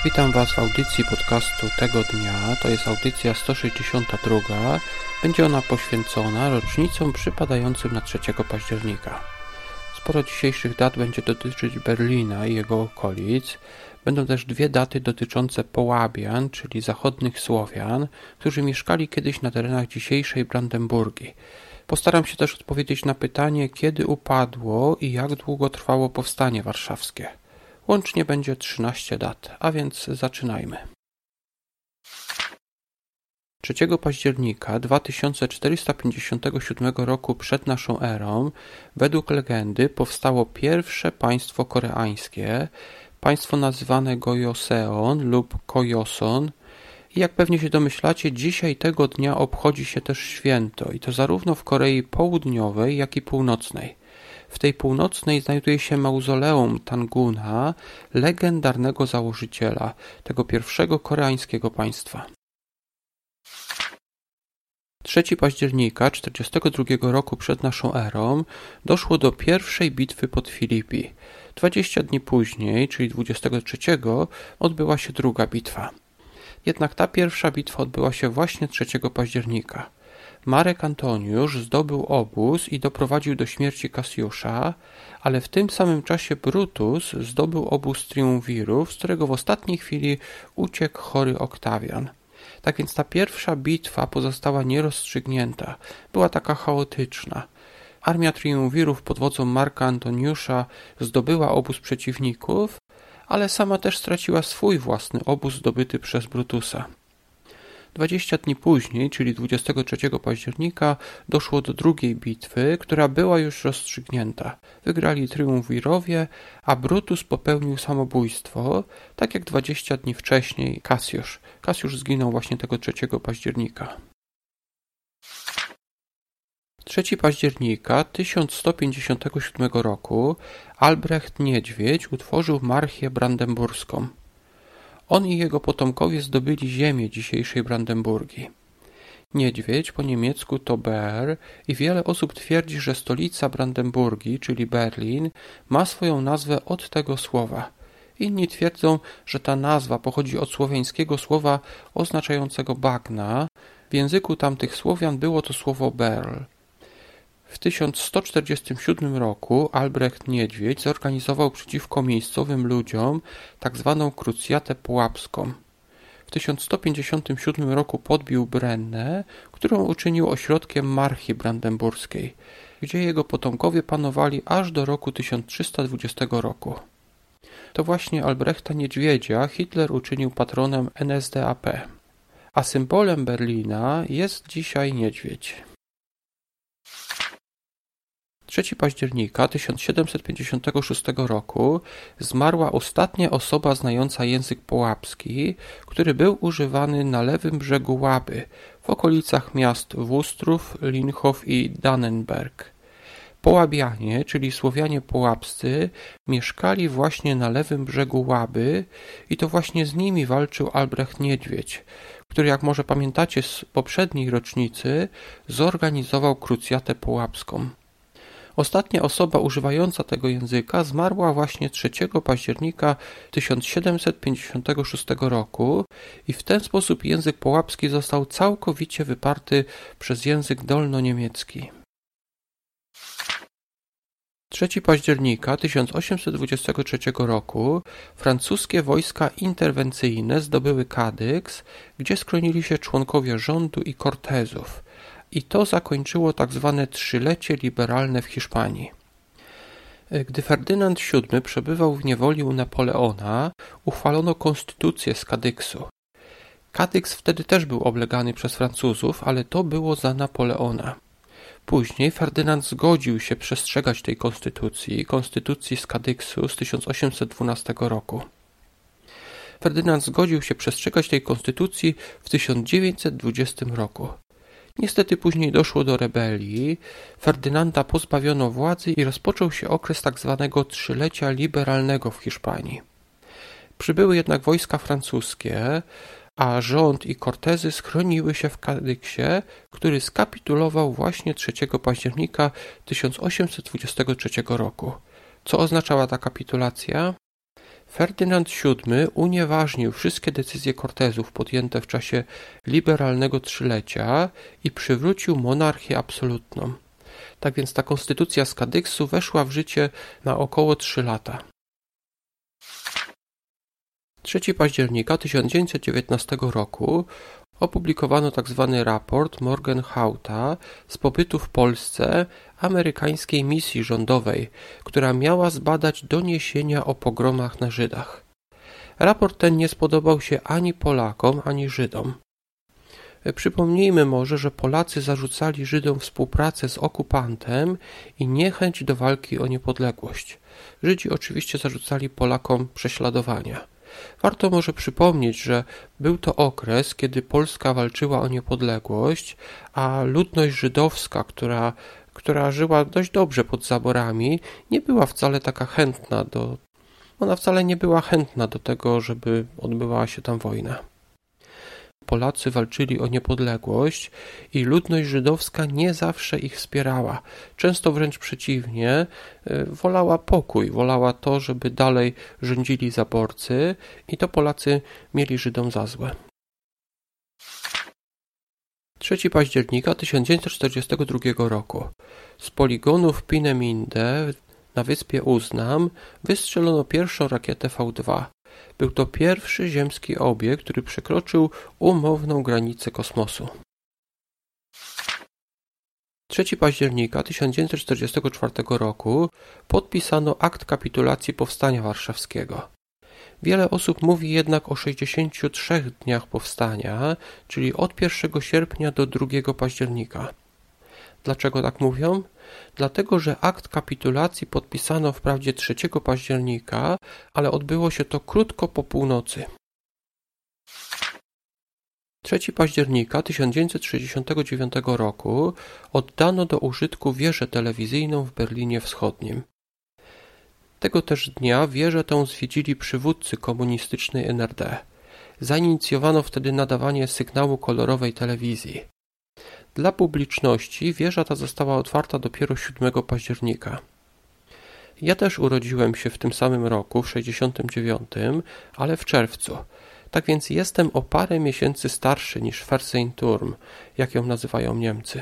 Witam Was w audycji podcastu tego dnia. To jest audycja 162. Będzie ona poświęcona rocznicom przypadającym na 3 października. Sporo dzisiejszych dat będzie dotyczyć Berlina i jego okolic. Będą też dwie daty dotyczące Połabian, czyli zachodnich Słowian, którzy mieszkali kiedyś na terenach dzisiejszej Brandenburgii. Postaram się też odpowiedzieć na pytanie, kiedy upadło i jak długo trwało powstanie warszawskie. Łącznie będzie 13 dat, a więc zaczynajmy. 3 października 2457 roku przed naszą erą, według legendy, powstało pierwsze państwo koreańskie, państwo nazywane Gojoseon lub Kojoson. I jak pewnie się domyślacie, dzisiaj tego dnia obchodzi się też święto, i to zarówno w Korei Południowej, jak i Północnej. W tej północnej znajduje się mauzoleum Tanguna, legendarnego założyciela tego pierwszego koreańskiego państwa. 3 października 42 roku przed naszą erą doszło do pierwszej bitwy pod Filipi. 20 dni później, czyli 23, odbyła się druga bitwa. Jednak ta pierwsza bitwa odbyła się właśnie 3 października. Marek Antoniusz zdobył obóz i doprowadził do śmierci Kasjusza, ale w tym samym czasie Brutus zdobył obóz triumvirów, z którego w ostatniej chwili uciekł chory Oktawian. Tak więc ta pierwsza bitwa pozostała nierozstrzygnięta. Była taka chaotyczna. Armia triumvirów pod wodzą Marka Antoniusza zdobyła obóz przeciwników, ale sama też straciła swój własny obóz zdobyty przez Brutusa. 20 dni później, czyli 23 października, doszło do drugiej bitwy, która była już rozstrzygnięta. Wygrali triumvirowie, a Brutus popełnił samobójstwo, tak jak 20 dni wcześniej Kasjusz. Kasjusz zginął właśnie tego 3 października. 3 października 1157 roku Albrecht Niedźwiedź utworzył Marchię Brandenburską. On i jego potomkowie zdobyli ziemię dzisiejszej Brandenburgii. Niedźwiedź po niemiecku to Bär i wiele osób twierdzi, że stolica Brandenburgii, czyli Berlin, ma swoją nazwę od tego słowa. Inni twierdzą, że ta nazwa pochodzi od słowiańskiego słowa oznaczającego bagna. W języku tamtych Słowian było to słowo Berl. W 1147 roku Albrecht Niedźwiedź zorganizował przeciwko miejscowym ludziom tzw. krucjatę pułapską. W 1157 roku podbił Brennę, którą uczynił ośrodkiem Marchii Brandenburskiej, gdzie jego potomkowie panowali aż do roku 1320 roku. To właśnie Albrechta Niedźwiedzia Hitler uczynił patronem NSDAP, a symbolem Berlina jest dzisiaj niedźwiedź. 3 października 1756 roku zmarła ostatnia osoba znająca język połapski, który był używany na lewym brzegu Łaby, w okolicach miast Wustrów, Linchow i Dannenberg. Połabianie, czyli Słowianie połapscy, mieszkali właśnie na lewym brzegu Łaby i to właśnie z nimi walczył Albrecht Niedźwiedź, który, jak może pamiętacie z poprzedniej rocznicy, zorganizował krucjatę połapską. Ostatnia osoba używająca tego języka zmarła właśnie 3 października 1756 roku i w ten sposób język połapski został całkowicie wyparty przez język dolnoniemiecki. 3 października 1823 roku francuskie wojska interwencyjne zdobyły Kadyks, gdzie schronili się członkowie rządu i Cortezów. I to zakończyło tzw. trzylecie liberalne w Hiszpanii. Gdy Ferdynand VII przebywał w niewoli u Napoleona, uchwalono konstytucję z Kadyksu. Kadyks wtedy też był oblegany przez Francuzów, ale to było za Napoleona. Później Ferdynand zgodził się przestrzegać tej konstytucji z Kadyksu z 1812 roku. Ferdynand zgodził się przestrzegać tej konstytucji w 1920 roku. Niestety później doszło do rebelii, Ferdynanda pozbawiono władzy i rozpoczął się okres tzw. trzylecia liberalnego w Hiszpanii. Przybyły jednak wojska francuskie, a rząd i Cortezy schroniły się w Kadyksie, który skapitulował właśnie 3 października 1823 roku. Co oznaczała ta kapitulacja? Ferdynand VII unieważnił wszystkie decyzje Cortezów podjęte w czasie liberalnego trzylecia i przywrócił monarchię absolutną. Tak więc ta konstytucja z Kadyksu weszła w życie na około 3 lata. 3 października 1919 roku opublikowano tzw. raport Morgenthauta z pobytu w Polsce amerykańskiej misji rządowej, która miała zbadać doniesienia o pogromach na Żydach. Raport ten nie spodobał się ani Polakom, ani Żydom. Przypomnijmy może, że Polacy zarzucali Żydom współpracę z okupantem i niechęć do walki o niepodległość. Żydzi oczywiście zarzucali Polakom prześladowania. Warto może przypomnieć, że był to okres, kiedy Polska walczyła o niepodległość, a ludność żydowska, która żyła dość dobrze pod zaborami, nie była wcale taka chętna do tego, żeby odbywała się tam wojna. Polacy walczyli o niepodległość i ludność żydowska nie zawsze ich wspierała. Często wręcz przeciwnie, wolała pokój, wolała to, żeby dalej rządzili zaborcy i to Polacy mieli Żydom za złe. 3 października 1942 roku. Z poligonu w Peenemünde na wyspie Uznam wystrzelono pierwszą rakietę V2. Był to pierwszy ziemski obiekt, który przekroczył umowną granicę kosmosu. 3 października 1944 roku podpisano akt kapitulacji Powstania Warszawskiego. Wiele osób mówi jednak o 63 dniach powstania, czyli od 1 sierpnia do 2 października. Dlaczego tak mówią? Dlatego, że akt kapitulacji podpisano wprawdzie 3 października, ale odbyło się to krótko po północy. 3 października 1969 roku oddano do użytku wieżę telewizyjną w Berlinie Wschodnim. Tego też dnia wieżę tę zwiedzili przywódcy komunistycznej NRD. Zainicjowano wtedy nadawanie sygnału kolorowej telewizji. Dla publiczności wieża ta została otwarta dopiero 7 października. Ja też urodziłem się w tym samym roku, w 69, ale w czerwcu. Tak więc jestem o parę miesięcy starszy niż Fernsehturm, jak ją nazywają Niemcy.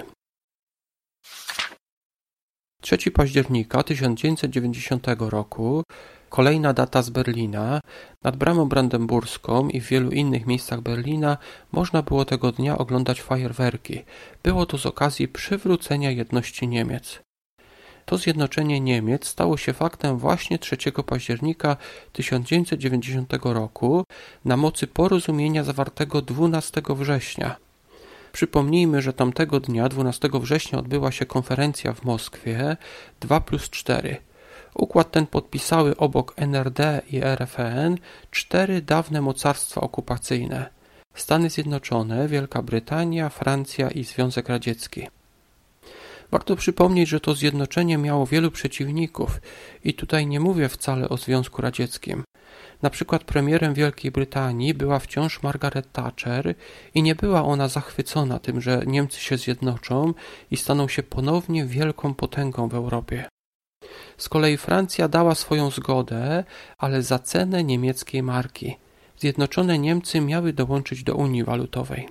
3 października 1990 roku, kolejna data z Berlina. Nad Bramą Brandenburską i w wielu innych miejscach Berlina można było tego dnia oglądać fajerwerki. Było to z okazji przywrócenia jedności Niemiec. To zjednoczenie Niemiec stało się faktem właśnie 3 października 1990 roku na mocy porozumienia zawartego 12 września. Przypomnijmy, że tamtego dnia, 12 września, odbyła się konferencja w Moskwie 2+4. Układ ten podpisały obok NRD i RFN 4 dawne mocarstwa okupacyjne: Stany Zjednoczone, Wielka Brytania, Francja i Związek Radziecki. Warto przypomnieć, że to zjednoczenie miało wielu przeciwników i tutaj nie mówię wcale o Związku Radzieckim. Na przykład premierem Wielkiej Brytanii była wciąż Margaret Thatcher i nie była ona zachwycona tym, że Niemcy się zjednoczą i staną się ponownie wielką potęgą w Europie. Z kolei Francja dała swoją zgodę, ale za cenę niemieckiej marki. Zjednoczone Niemcy miały dołączyć do Unii Walutowej.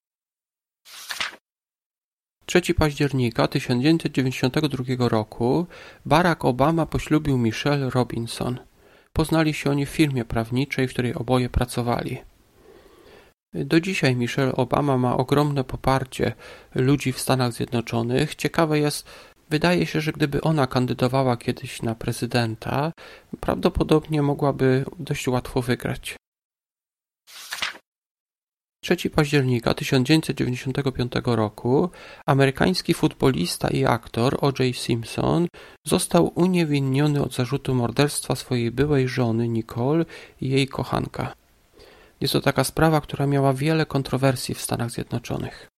3 października 1992 roku Barack Obama poślubił Michelle Robinson. Poznali się oni w firmie prawniczej, w której oboje pracowali. Do dzisiaj Michelle Obama ma ogromne poparcie ludzi w Stanach Zjednoczonych. Ciekawe jest, wydaje się, że gdyby ona kandydowała kiedyś na prezydenta, prawdopodobnie mogłaby dość łatwo wygrać. 3 października 1995 roku amerykański futbolista i aktor O.J. Simpson został uniewinniony od zarzutu morderstwa swojej byłej żony Nicole i jej kochanka. Jest to taka sprawa, która miała wiele kontrowersji w Stanach Zjednoczonych.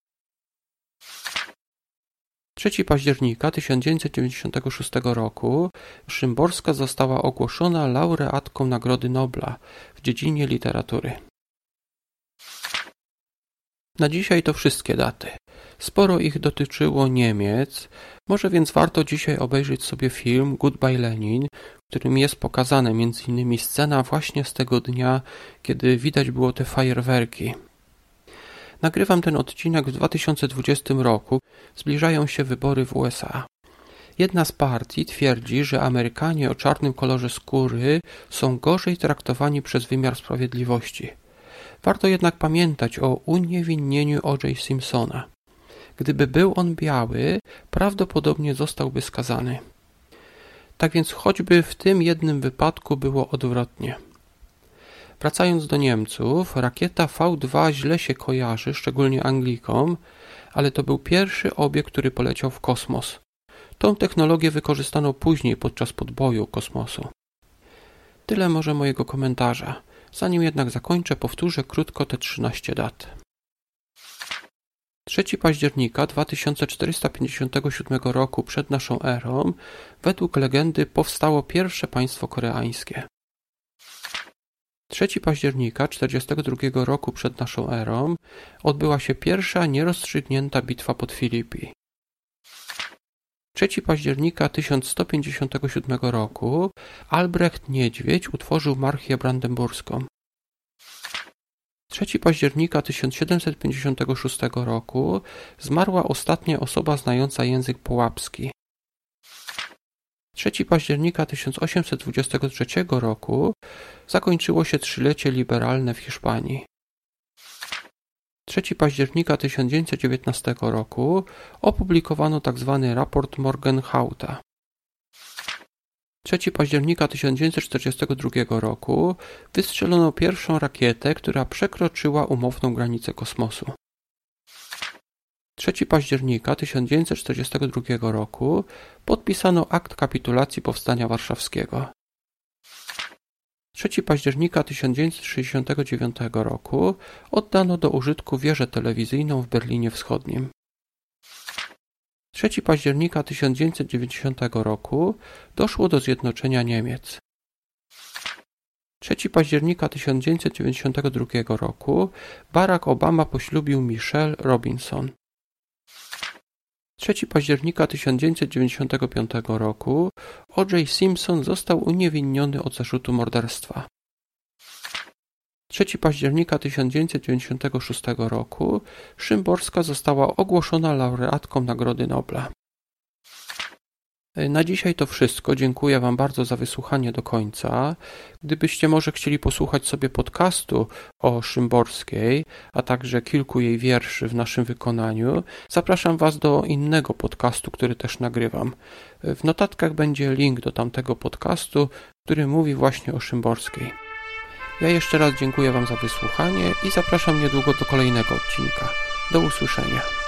3 października 1996 roku Szymborska została ogłoszona laureatką Nagrody Nobla w dziedzinie literatury. Na dzisiaj to wszystkie daty. Sporo ich dotyczyło Niemiec, może więc warto dzisiaj obejrzeć sobie film Goodbye Lenin, w którym jest pokazana m.in. scena właśnie z tego dnia, kiedy widać było te fajerwerki. Nagrywam ten odcinek w 2020 roku, zbliżają się wybory w USA. Jedna z partii twierdzi, że Amerykanie o czarnym kolorze skóry są gorzej traktowani przez wymiar sprawiedliwości. Warto jednak pamiętać o uniewinnieniu O.J. Simpsona. Gdyby był on biały, prawdopodobnie zostałby skazany. Tak więc choćby w tym jednym wypadku było odwrotnie. Wracając do Niemców, rakieta V2 źle się kojarzy, szczególnie Anglikom, ale to był pierwszy obiekt, który poleciał w kosmos. Tą technologię wykorzystano później podczas podboju kosmosu. Tyle może mojego komentarza. Zanim jednak zakończę, powtórzę krótko te 13 dat. 3 października 2457 roku przed naszą erą według legendy powstało pierwsze państwo koreańskie. 3 października 42 roku przed naszą erą odbyła się pierwsza nierozstrzygnięta bitwa pod Filipi. 3 października 1157 roku Albrecht Niedźwiedź utworzył Marchię Brandenburską. 3 października 1756 roku zmarła ostatnia osoba znająca język połapski. 3 października 1823 roku zakończyło się trzylecie liberalne w Hiszpanii. 3 października 1919 roku opublikowano tzw. raport Morgenthauta. 3 października 1942 roku wystrzelono pierwszą rakietę, która przekroczyła umowną granicę kosmosu. 3 października 1942 roku podpisano akt kapitulacji Powstania Warszawskiego. 3 października 1969 roku oddano do użytku wieżę telewizyjną w Berlinie Wschodnim. 3 października 1990 roku doszło do zjednoczenia Niemiec. 3 października 1992 roku Barack Obama poślubił Michelle Robinson. 3 października 1995 roku O.J. Simpson został uniewinniony od zarzutu morderstwa. 3 października 1996 roku Szymborska została ogłoszona laureatką Nagrody Nobla. Na dzisiaj to wszystko. Dziękuję Wam bardzo za wysłuchanie do końca. Gdybyście może chcieli posłuchać sobie podcastu o Szymborskiej, a także kilku jej wierszy w naszym wykonaniu, zapraszam Was do innego podcastu, który też nagrywam. W notatkach będzie link do tamtego podcastu, który mówi właśnie o Szymborskiej. Ja jeszcze raz dziękuję Wam za wysłuchanie i zapraszam niedługo do kolejnego odcinka. Do usłyszenia.